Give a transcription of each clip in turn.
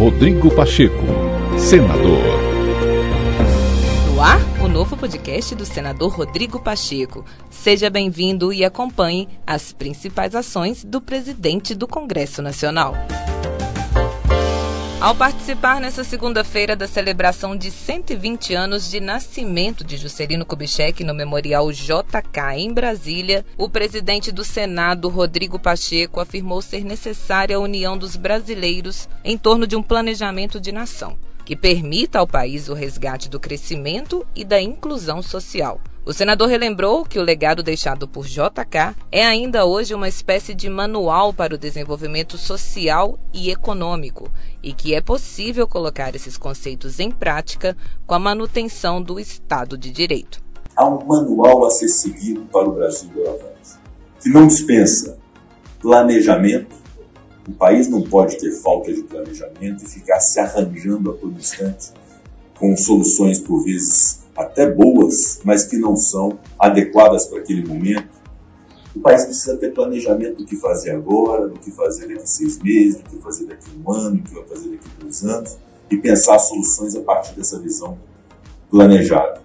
Rodrigo Pacheco, senador. No ar, o novo podcast do senador Rodrigo Pacheco. Seja bem-vindo e acompanhe as principais ações do presidente do Congresso Nacional. Ao participar nesta segunda-feira da celebração de 120 anos de nascimento de Juscelino Kubitschek no Memorial JK em Brasília, o presidente do Senado, Rodrigo Pacheco, afirmou ser necessária a união dos brasileiros em torno de um planejamento de nação, que permita ao país o resgate do crescimento e da inclusão social. O senador relembrou que o legado deixado por JK é ainda hoje uma espécie de manual para o desenvolvimento social e econômico e que é possível colocar esses conceitos em prática com a manutenção do Estado de Direito. Há um manual a ser seguido para o Brasil doravante, que não dispensa planejamento. O país não pode ter falta de planejamento e ficar se arranjando a todo instante com soluções, por vezes, até boas, mas que não são adequadas para aquele momento. O país precisa ter planejamento do que fazer agora, do que fazer daqui a 6 meses, do que fazer daqui a 1 ano, do que vai fazer daqui a 2 anos, e pensar soluções a partir dessa visão planejada.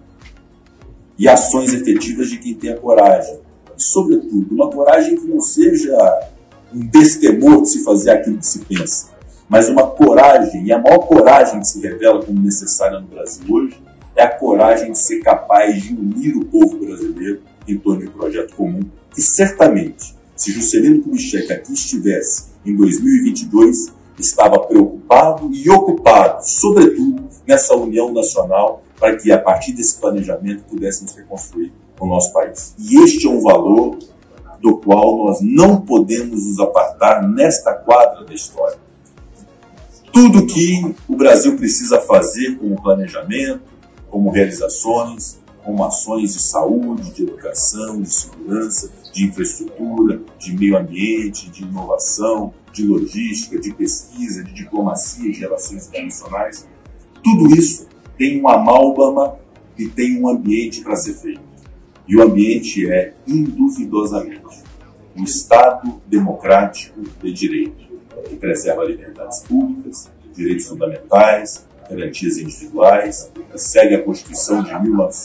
E ações efetivas de quem tem a coragem. E, sobretudo, uma coragem que não seja um destemor de se fazer aquilo que se pensa, mas uma coragem, e a maior coragem que se revela como necessária no Brasil hoje, é a coragem de ser capaz de unir o povo brasileiro em torno de um projeto comum, que certamente, se Juscelino Kubitschek aqui estivesse em 2022, estava preocupado e ocupado, sobretudo, nessa união nacional, para que, a partir desse planejamento, pudéssemos reconstruir o nosso país. E este é um valor do qual nós não podemos nos apartar nesta quadra da história. Tudo que o Brasil precisa fazer como planejamento, como realizações, como ações de saúde, de educação, de segurança, de infraestrutura, de meio ambiente, de inovação, de logística, de pesquisa, de diplomacia, de relações internacionais. Tudo isso tem uma amálgama e tem um ambiente para ser feito. E o ambiente é, induvidosamente, um Estado democrático de direito, que preserva liberdades públicas, direitos fundamentais, garantias individuais, que segue a Constituição de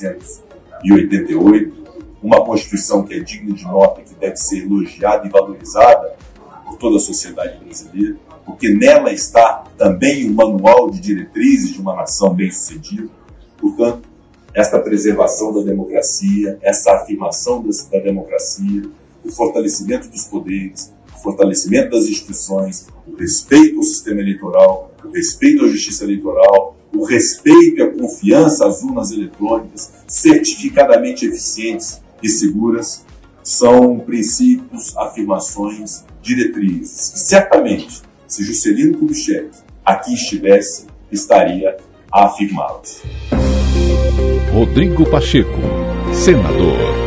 1988, uma Constituição que é digna de nota e que deve ser elogiada e valorizada por toda a sociedade brasileira, porque nela está também um manual de diretrizes de uma nação bem-sucedida. Portanto, esta preservação da democracia, essa afirmação da democracia, o fortalecimento dos poderes, o fortalecimento das instituições, o respeito ao sistema eleitoral, o respeito à justiça eleitoral, o respeito e a confiança às urnas eletrônicas, certificadamente eficientes e seguras, são princípios, afirmações, diretrizes. E certamente, se Juscelino Kubitschek aqui estivesse, estaria a afirmá-las. Rodrigo Pacheco, senador.